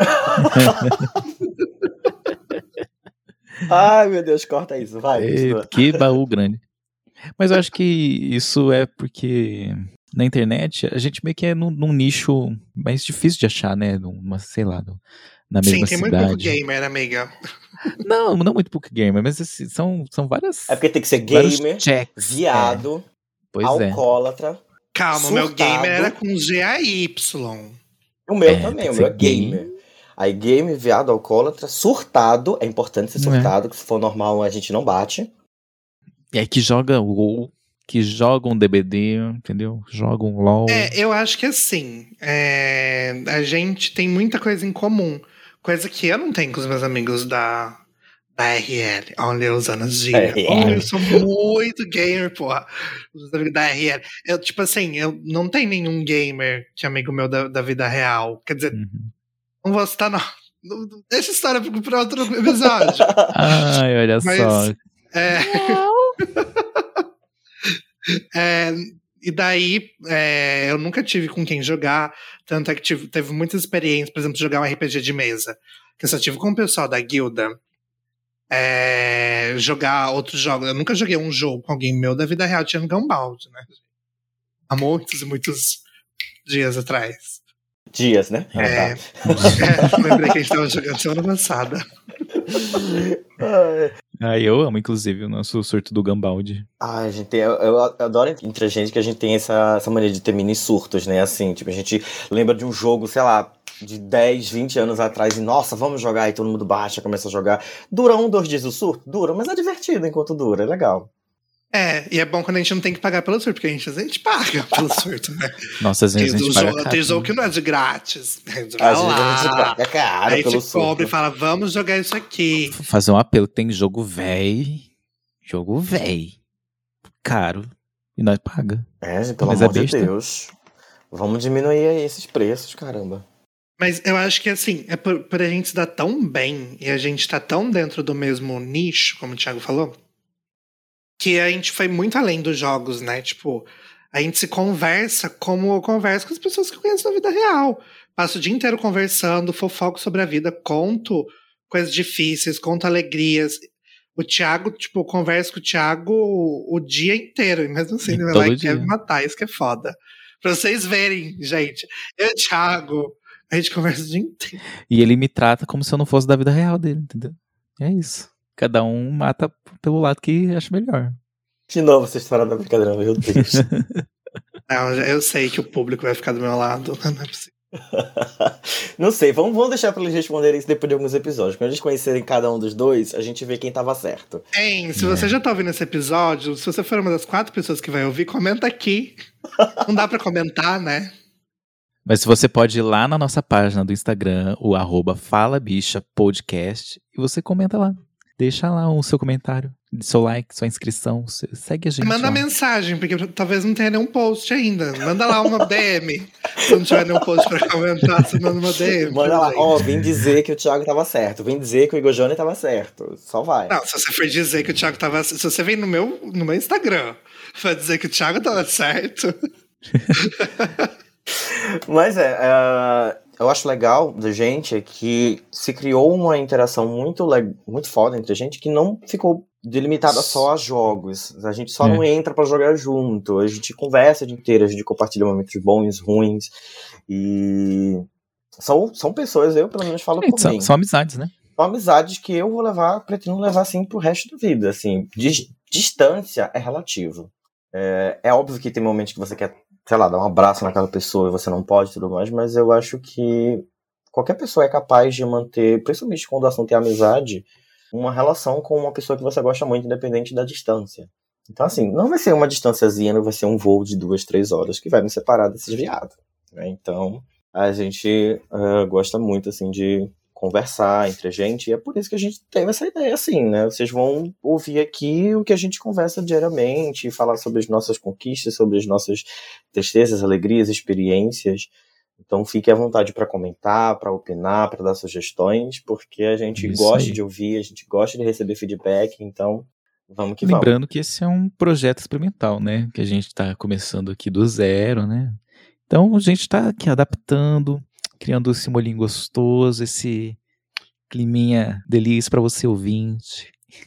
C: Ai, meu Deus, corta isso, vai.
A: É, que baú grande. Mas eu acho que isso é porque na internet a gente meio que é num, num nicho mais difícil de achar, né? Numa, sei lá, no, na mesma
B: Sim, tem
A: cidade.
B: muito pouco gamer, amiga.
A: Não, não muito pouco gamer, mas assim, são, são várias.
C: É porque tem que ser
A: vários
C: gamer,
A: checks.
C: viado,
A: É. Pois é.
C: alcoólatra.
B: Calma, o meu
C: surtado.
B: gamer era com G A Y.
C: O meu
A: É,
C: também,
A: tem
C: o
A: que
C: meu é
A: ser gay.
C: gamer. Aí game, viado, alcoólatra, surtado. É importante ser
A: Não é.
C: surtado, que se for normal a gente não bate.
A: E aí que joga o WoW, que joga um D B D, entendeu? Joga um LOL.
B: É, eu acho que assim, é, a gente tem muita coisa em comum. Coisa que eu não tenho com os meus amigos da, da R L. Olha eu usando as gírias.
C: R L.
B: Olha, eu sou muito gamer, porra. Os amigos da R L. Eu, tipo assim, eu não tenho nenhum gamer que é amigo meu da, da vida real. Quer dizer,
A: Uhum.
B: não vou citar, não. Não- não- Deixa a história para outro episódio.
A: Ai, olha
B: Mas,
A: só.
B: é, É, e daí, é, eu nunca tive com quem jogar, tanto é que tive, teve muitas experiências, por exemplo, jogar um R P G de mesa, que eu só tive com o pessoal da guilda, é, jogar outros jogos. Eu nunca joguei um jogo com alguém meu da vida real, tinha no Gunbound, né? Há muitos e muitos dias atrás.
C: Dias, né? Ah,
B: É.
C: tá.
B: É, lembrei que a gente tava jogando semana passada.
C: Ai.
A: Ah, eu amo, inclusive, o nosso surto do Gambaldi.
C: Ai, gente, tem- eu, eu adoro entre a gente que a gente tem essa, essa mania de ter mini surtos, né? Assim, tipo, a gente lembra de um jogo, sei lá, de dez, vinte anos atrás e, nossa, vamos jogar, e todo mundo baixa, começa a jogar. Dura um, dois dias o surto? Dura, mas é divertido enquanto dura, é legal.
B: É, e é bom quando a gente não tem que pagar pelo surto, porque a gente, a gente paga pelo surto, né?
A: Nossa, às vezes a
B: Tem,
A: gente
B: jo-
A: paga
B: tem
A: caro,
B: jogo
A: né?
B: que não é de grátis. A gente vai
C: Às vezes a
B: lá,
C: gente paga caro
B: aí a
C: pelo
B: gente compra
C: surto.
B: e fala, vamos jogar isso aqui.
A: Fazer um apelo, tem jogo véi, jogo véi, caro, e nós paga.
C: É, gente, pelo
A: Mas é
C: amor de
A: besta.
C: Deus. Vamos diminuir aí esses preços, caramba.
B: Mas eu acho que assim, é por, por a gente se dar tão bem e a gente tá tão dentro do mesmo nicho, como o Thiago falou, que a gente foi muito além dos jogos, né? Tipo, a gente se conversa como eu converso com as pessoas que eu conheço na vida real. Passo o dia inteiro conversando, fofoco sobre a vida, conto coisas difíceis, conto alegrias. O Thiago, tipo, eu converso com o Thiago o, o dia inteiro. E mesmo assim, ele vai
A: Todo
B: lá e
A: dia.
B: quer me matar. Isso que é foda. Pra vocês verem, gente. Eu e o Thiago, a gente conversa o dia inteiro.
A: E ele me trata como se eu não fosse da vida real dele, entendeu? É isso. Cada um mata pelo lado que acha melhor.
C: De novo, essa história da brincadeira, meu Deus.
B: Não, eu sei que o público vai ficar do meu lado. Não é possível.
C: Não sei, vamos, vamos deixar pra eles responderem isso depois de alguns episódios. Quando eles conhecerem cada um dos dois, a gente vê quem tava certo.
B: Hein, se você já tá ouvindo esse episódio, se você for uma das quatro pessoas que vai ouvir, comenta aqui. Não dá pra comentar, né?
A: Mas você pode ir lá na nossa página do Instagram, o arroba Fala Bicha Podcast, e você comenta lá. Deixa lá o seu comentário, seu like, sua inscrição. Segue a gente.
B: Manda
A: lá.
B: mensagem, porque talvez não tenha nenhum post ainda. Manda lá uma D M. Se não tiver nenhum post pra comentar, você manda uma D M.
C: Manda lá, ó, vim dizer que o Thiago tava certo. Vim dizer que o Igor Johnny tava certo. Só vai.
B: Não, se você for dizer que o Thiago tava... Se você vem no meu, no meu Instagram pra dizer que o Thiago tava certo...
C: Mas é, é, eu acho legal da gente é que se criou uma interação muito, muito foda entre a gente que não ficou delimitada só a jogos. A gente só é. não entra pra jogar junto. A gente conversa o dia inteiro, a gente compartilha momentos bons, ruins. E são, são pessoas, eu pelo menos falo
A: é,
C: por
A: são,
C: mim.
A: São amizades, né?
C: São amizades que eu vou levar, pretendo levar assim pro resto da vida. Assim, Dis- distância é relativo. É, é óbvio que tem momentos que você quer, sei lá, dar um abraço naquela pessoa e você não pode e tudo mais, mas eu acho que qualquer pessoa é capaz de manter, principalmente quando o assunto é amizade, uma relação com uma pessoa que você gosta muito, independente da distância. Então, assim, não vai ser uma distânciazinha, não vai ser um voo de duas, três horas que vai me separar desses viados, né? Então, a gente uh, gosta muito, assim, de conversar entre a gente, e é por isso que a gente teve essa ideia, assim, né? Vocês vão ouvir aqui o que a gente conversa diariamente, falar sobre as nossas conquistas, sobre as nossas tristezas, alegrias, experiências. Então fique à vontade para comentar, para opinar, para dar sugestões, porque a gente
A: Isso
C: gosta
A: aí.
C: de ouvir, a gente gosta de receber feedback, então vamos que
A: Lembrando
C: vamos.
A: que esse é um projeto experimental, né? Que a gente está começando aqui do zero, né? Então a gente está aqui adaptando, criando esse molinho gostoso, esse climinha delícia para você ouvinte.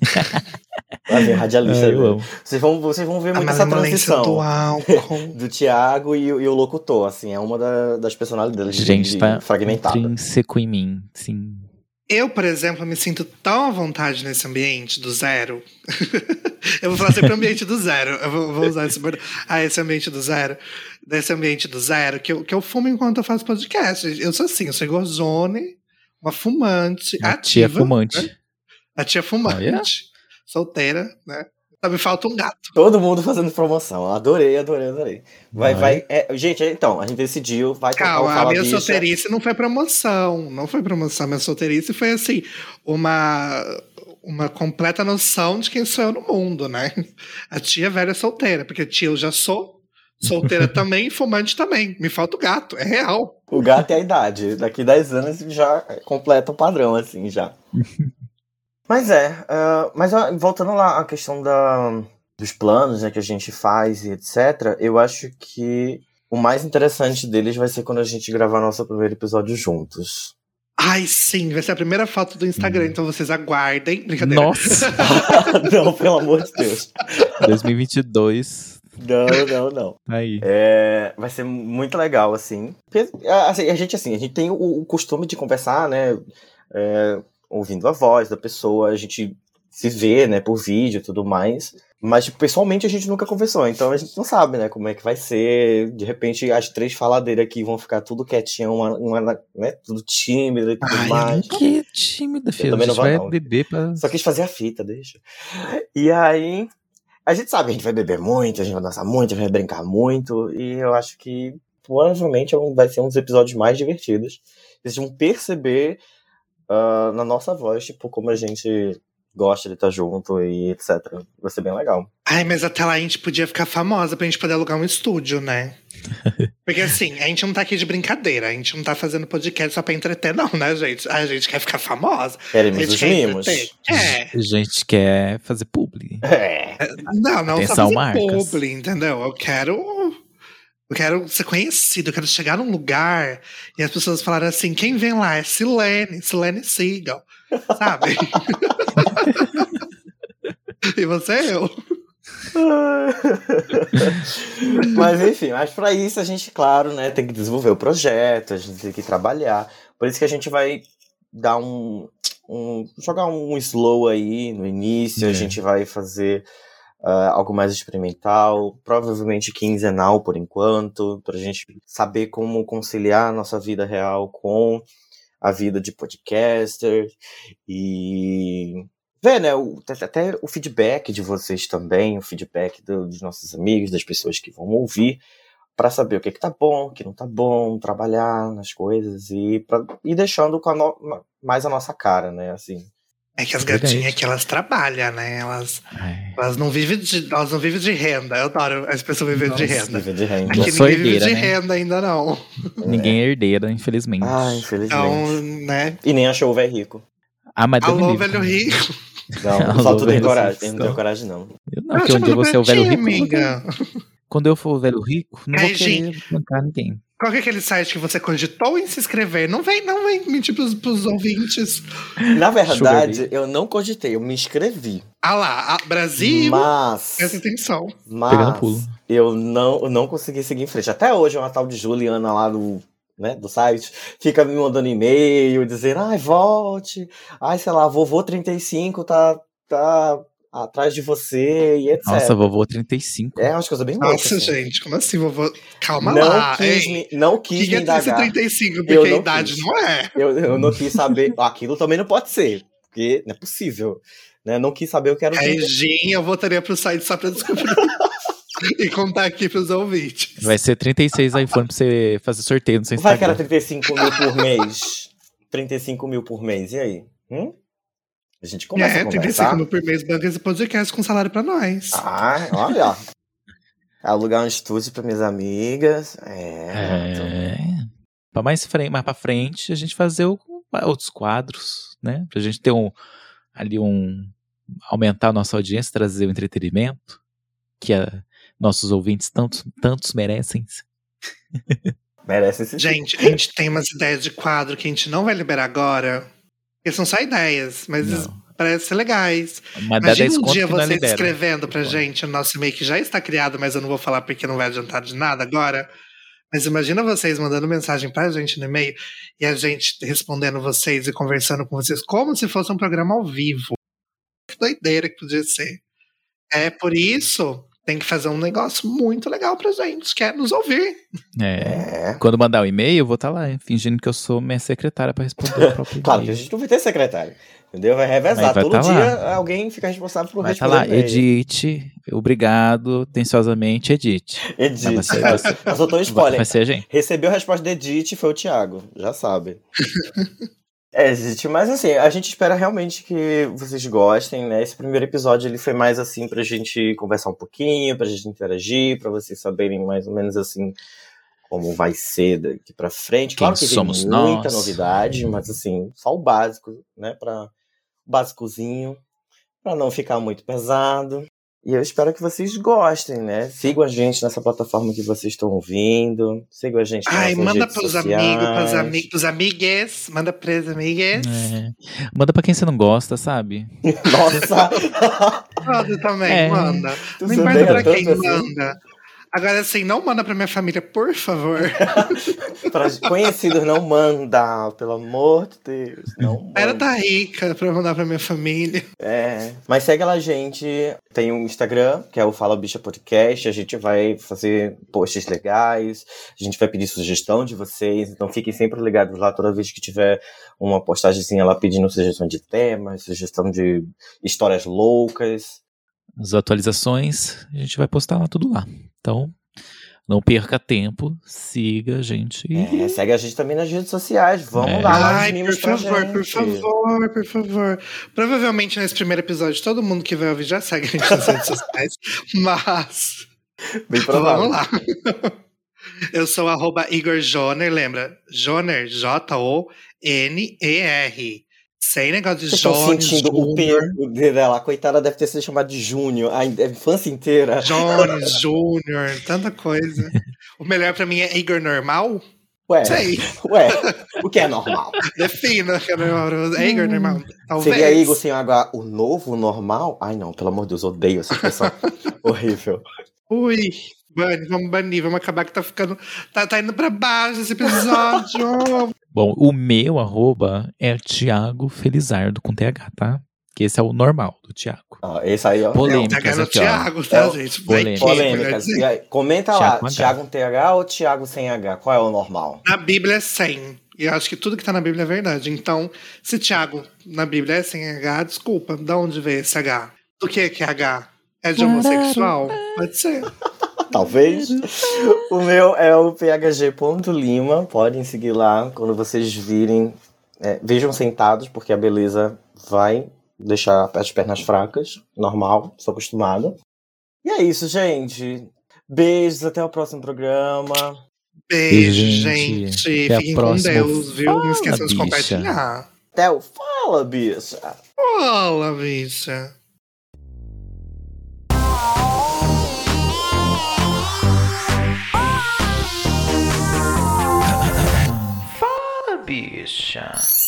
C: Vai ver, radialista.
A: Ah, eu amo.
C: Vocês vão, vocês vão ver
B: A
C: muito essa
B: malemolência
C: transição
B: do álcool.
C: do Thiago e, o- e o locutor, assim, é uma da- das personalidades
A: Gente,
C: de-
A: tá
C: fragmentada.
A: intrínseco em mim, sim.
B: Eu, por exemplo, me sinto tão à vontade nesse ambiente do zero. Eu vou falar sempre ambiente do zero. Eu vou, vou usar esse bordão. Ah, esse ambiente do zero. Desse ambiente do zero, que eu, que eu fumo enquanto eu faço podcast. Eu sou assim, eu sou Gorzone, uma fumante,
A: A
B: ativa.
A: tia fumante.
B: Né? A tia fumante.
A: Olha.
B: Solteira, né? Só me falta um gato.
C: Todo mundo fazendo promoção. Adorei, adorei, adorei. Vai,
A: Vai.
C: vai. é, gente, então, a gente decidiu, vai tocar o
B: Calma, a
C: Fala
B: minha
C: Bicha.
B: solteirice não foi promoção. Não foi promoção. Minha solteirice foi, assim, uma, uma completa noção de quem sou eu no mundo, né? A tia velha solteira, porque tia eu já sou, solteira também e fumante também. Me falta o gato, é real.
C: O gato é a idade. Daqui dez anos já completa o padrão, assim, já. Mas é, uh, mas uh, voltando lá à questão da, dos planos, né, que a gente faz e etcétera, eu acho que o mais interessante deles vai ser quando a gente gravar nosso primeiro episódio juntos.
B: Ai, sim, vai ser a primeira foto do Instagram,
A: Hum.
B: então vocês aguardem. Brincadeira.
A: Nossa!
C: Não, pelo amor de Deus.
A: dois mil e vinte e dois,
C: Não, não, não.
A: tá aí.
C: É, vai ser muito legal, assim. Porque, assim, a gente, assim, a gente tem o, o costume de conversar, né? É, ouvindo a voz da pessoa, a gente se vê, né, por vídeo e tudo mais. Mas, tipo, pessoalmente, a gente nunca conversou. Então, a gente não sabe, né, como é que vai ser. De repente, as três faladeiras aqui vão ficar tudo quietinho, uma, uma, né, tudo tímido e tudo
B: Ai,
C: mais.
A: Que tímida, filho. A
C: também
A: gente
C: não vou,
A: vai
C: não.
A: beber pra...
C: Só quis fazer a fita, deixa. E aí, a gente sabe que a gente vai beber muito, a gente vai dançar muito, a gente vai brincar muito. E eu acho que, provavelmente, vai ser um dos episódios mais divertidos. Vocês vão perceber uh, na nossa voz, tipo, como a gente gosta de estar junto e etcétera. Vai ser bem legal.
B: Ai, mas até lá a gente podia ficar famosa pra gente poder alugar um estúdio, né? Porque assim, a gente não tá aqui de brincadeira, a gente não tá fazendo podcast só pra entreter, não, né, gente? A gente quer ficar famosa. A
C: Queremos
B: gente
C: os
B: quer
C: mimos.
B: entreter. É.
A: A gente quer fazer publi.
C: É.
B: Não, não
A: Atenção,
B: só fazer
A: marcas.
B: publi, entendeu? Eu quero. Eu quero ser conhecido, eu quero chegar num lugar e as pessoas falarem assim: quem vem lá é Silene, Silene Seagal, sabe? você eu.
C: Mas enfim, mas pra isso a gente, claro, né, tem que desenvolver o projeto, a gente tem que trabalhar. Por isso que a gente vai dar um, um jogar um slow aí no início,
A: É.
C: a gente vai fazer uh, algo mais experimental, provavelmente quinzenal por enquanto, pra gente saber como conciliar a nossa vida real com a vida de podcaster e ver, né, o, até o feedback de vocês também, o feedback do, dos nossos amigos, das pessoas que vão ouvir, pra saber o que que tá bom, o que não tá bom, trabalhar nas coisas e pra ir deixando com a no, mais a nossa cara, né, assim.
B: É que as
A: Verdade.
B: gatinhas aqui, elas trabalham, né? Elas,
A: Ai,
B: elas não vivem de, elas não vivem de renda. Eu adoro as pessoas vivendo de renda.
C: Nível de renda.
B: Aqui
A: Eu sou
B: ninguém vive
A: herdeira,
B: de
A: né?
B: renda ainda, não.
A: ninguém é herdeira, infelizmente.
C: Ah, infelizmente.
B: Então, né?
C: E nem achou o velho rico.
A: Ah, mas Deus me
B: Alô,
A: livre.
B: velho rico.
C: Não,
A: Alô,
C: só tu tem
A: velho
C: coragem,
A: rico.
C: eu não tenho coragem, não.
A: Eu não, porque um dia eu vou ser o velho rico. eu vou ter-
B: amiga.
A: Quando eu for o velho rico, não vou
B: Ai,
A: querer bancar ninguém.
B: Qual que é aquele site que você cogitou em se inscrever? Não vem, não vem mentir pros, pros ouvintes.
C: Na
A: Sugar
C: verdade,
A: baby.
C: eu não cogitei, eu me inscrevi.
B: Ah lá, a- Brasil,
C: Mas,
B: presta atenção.
A: Pegando
C: mas
A: pulo.
C: eu não, eu não consegui seguir em frente. Até hoje, uma tal de Juliana lá do, né, do site fica me mandando e-mail, dizendo, ai, volte. Ai, sei lá, vovô trinta e cinco tá, tá atrás de você e etcétera.
A: Nossa, vovô trinta e cinco.
C: É umas coisas bem loucas.
B: Nossa,
C: assim.
B: gente, como assim, vovô? Calma
C: Não
B: lá,
C: quis,
B: hein?
C: me, não
B: O
C: quis
B: que
C: me
B: é esse
C: indagar.
B: trinta e cinco? Porque
C: Eu
B: a
C: não
B: idade
C: quis.
B: não é.
C: Eu, eu não quis saber. Aquilo também não pode ser. Porque não é possível. Né? Não quis saber o que era o trinta.
B: Reginha, eu voltaria pro site só pra descobrir. E contar aqui pros ouvintes.
A: Vai ser trinta e seis iPhone pra você fazer sorteio no seu
C: Vai que era
A: Instagram.
C: trinta e cinco mil por mês. trinta e cinco mil por mês. E aí? Hum? A gente começa
B: É,
C: a
B: trinta e
C: conversar.
B: cinco mil por mês, banca esse podcast com salário pra nós.
C: Ah, olha. Alugar um estúdio para minhas amigas. É.
A: É. Pra mais, frente, mais pra frente, a gente fazer o- outros quadros, né? Pra gente ter um ali um. Aumentar a nossa audiência, trazer o entretenimento que a- nossos ouvintes tantos, tantos merecem.
C: Merece esse
B: Gente, a gente tem umas ideias de quadro que a gente não vai liberar agora. Porque são só ideias, mas
A: Não.
B: parecem ser legais.
A: Mas dá
B: Imagina
A: dez
B: um
A: conto
B: dia
A: que não
B: vocês
A: libera.
B: escrevendo pra gente o nosso e-mail que já está criado, mas eu não vou falar porque não vai adiantar de nada agora. Mas imagina vocês mandando mensagem pra gente no e-mail e a gente respondendo vocês e conversando com vocês como se fosse um programa ao vivo. Que doideira que podia ser. É por isso tem que fazer um negócio muito legal pra gente, que é nos ouvir.
A: É.
C: É.
A: Quando mandar o e-mail, eu vou estar lá, fingindo que eu sou minha secretária pra responder o próprio
C: Claro que a
A: e-mail.
C: gente não vai ter secretário. Entendeu? Vai revezar.
A: Mas vai
C: Todo
A: tá
C: dia
A: lá.
C: alguém fica responsável por
A: Vai estar
C: responder.
A: lá,
C: e-mail.
A: edite, obrigado, atenciosamente, edite.
C: Edite.
A: Mas você-
C: É,
A: você-
C: eu só tô
A: Vai
C: spoiler.
A: ser a gente.
C: Recebeu a resposta de Edith, foi o Thiago. Já sabe. É, gente, mas assim, a gente espera realmente que vocês gostem, né? Esse primeiro episódio ele foi mais assim pra gente conversar um pouquinho, pra gente interagir, pra vocês saberem mais ou menos assim como vai ser daqui pra frente. Claro
A: Quem
C: que
A: somos
C: tem muita
A: nós.
C: novidade, mas assim, só o básico, né? Pra, o básicozinho, pra não ficar muito pesado. E eu espero que vocês gostem, né? Sigam a gente nessa plataforma que vocês estão ouvindo. Sigam a gente nas
B: Ai,
C: nossas
B: manda
C: redes
B: pros
C: sociais.
B: amigos, pros, ami pros amigues. Manda pros amigues.
A: É. Manda pra quem você não gosta, sabe?
C: Nossa!
B: Manda também,
A: É.
B: manda.
C: Tu
B: Não
C: se
B: importa
C: odeia
B: pra quem
C: tanto assim?
B: manda. Agora, assim, não manda pra minha família, por favor.
C: Para conhecidos, não manda, pelo amor de Deus. Não
B: Era
C: manda.
B: tá rica pra mandar pra minha família.
C: É. Mas segue lá, gente. Tem um Instagram, que é o Fala Bicha Podcast. A gente vai fazer posts legais. A gente vai pedir sugestão de vocês. Então fiquem sempre ligados lá toda vez que tiver uma postagemzinha lá pedindo sugestão de temas, sugestão de histórias loucas.
A: As atualizações, a gente vai postar lá tudo lá. Então, não perca tempo, siga a gente. e-
C: É, segue a gente também nas redes sociais. Vamos
A: É.
C: dar mais
B: Ai,
C: mimos
B: por
C: pra
B: favor,
C: gente.
B: por favor, por favor. Provavelmente nesse primeiro episódio todo mundo que vai ouvir já segue a gente nas redes sociais. Mas
C: Bem provável.
B: vamos lá. Eu sou arroba Igor Joner, lembra? Joner, J O N E R. Sem negócio de
C: Vocês estão
B: Jones,
C: sentindo o
B: Júnior,
C: peso dela. A coitada deve ter sido chamada de Júnior a in- a infância inteira.
B: Jones, Júnior, tanta coisa. O melhor pra mim é Igor normal.
C: Ué,
B: Sei.
C: ué, o que é normal?
B: Defina que é normal. É Igor normal? Talvez.
C: Seria Igor sem H o novo normal? Ai, não, pelo amor de Deus, odeio essa expressão horrível.
B: Ui, Bani, vamos banir, vamos acabar que tá ficando. Tá, tá indo pra baixo esse episódio.
A: Bom, o meu arroba é Thiago Felizardo com T H, tá? Que esse é o normal do Thiago.
C: Ó, esse aí, ó.
A: Polêmicas
B: Tá no
A: aqui, ó.
B: Thiago, tá,
C: É o-
B: gente?
A: polêmica.
B: Vai que,
C: Polêmicas.
B: mulher,
C: E aí, comenta
A: Thiago
C: lá,
A: com H.
C: Thiago com T H ou Thiago sem H? Qual é o normal?
B: Na Bíblia é cem. E eu acho que tudo que tá na Bíblia é verdade. Então, se Tiago na Bíblia é sem H, desculpa, de onde veio esse H? Do que que é H? É de homossexual? Pode ser.
C: Talvez. O meu é o p h g ponto lima. Podem seguir lá quando vocês virem. É, vejam sentados, porque a beleza vai deixar as pernas fracas. Normal, sou acostumada. E é isso, gente. Beijos, até o próximo programa.
B: Beijo,
A: Gente,
B: gente.
A: até a
B: Fiquem com
A: próxima.
B: Deus, viu? Não
A: Fala,
B: esqueçam de
A: bicha.
B: compartilhar.
C: Até o Fala, bicha!
B: Olá, bicha.
D: Fala, bicha.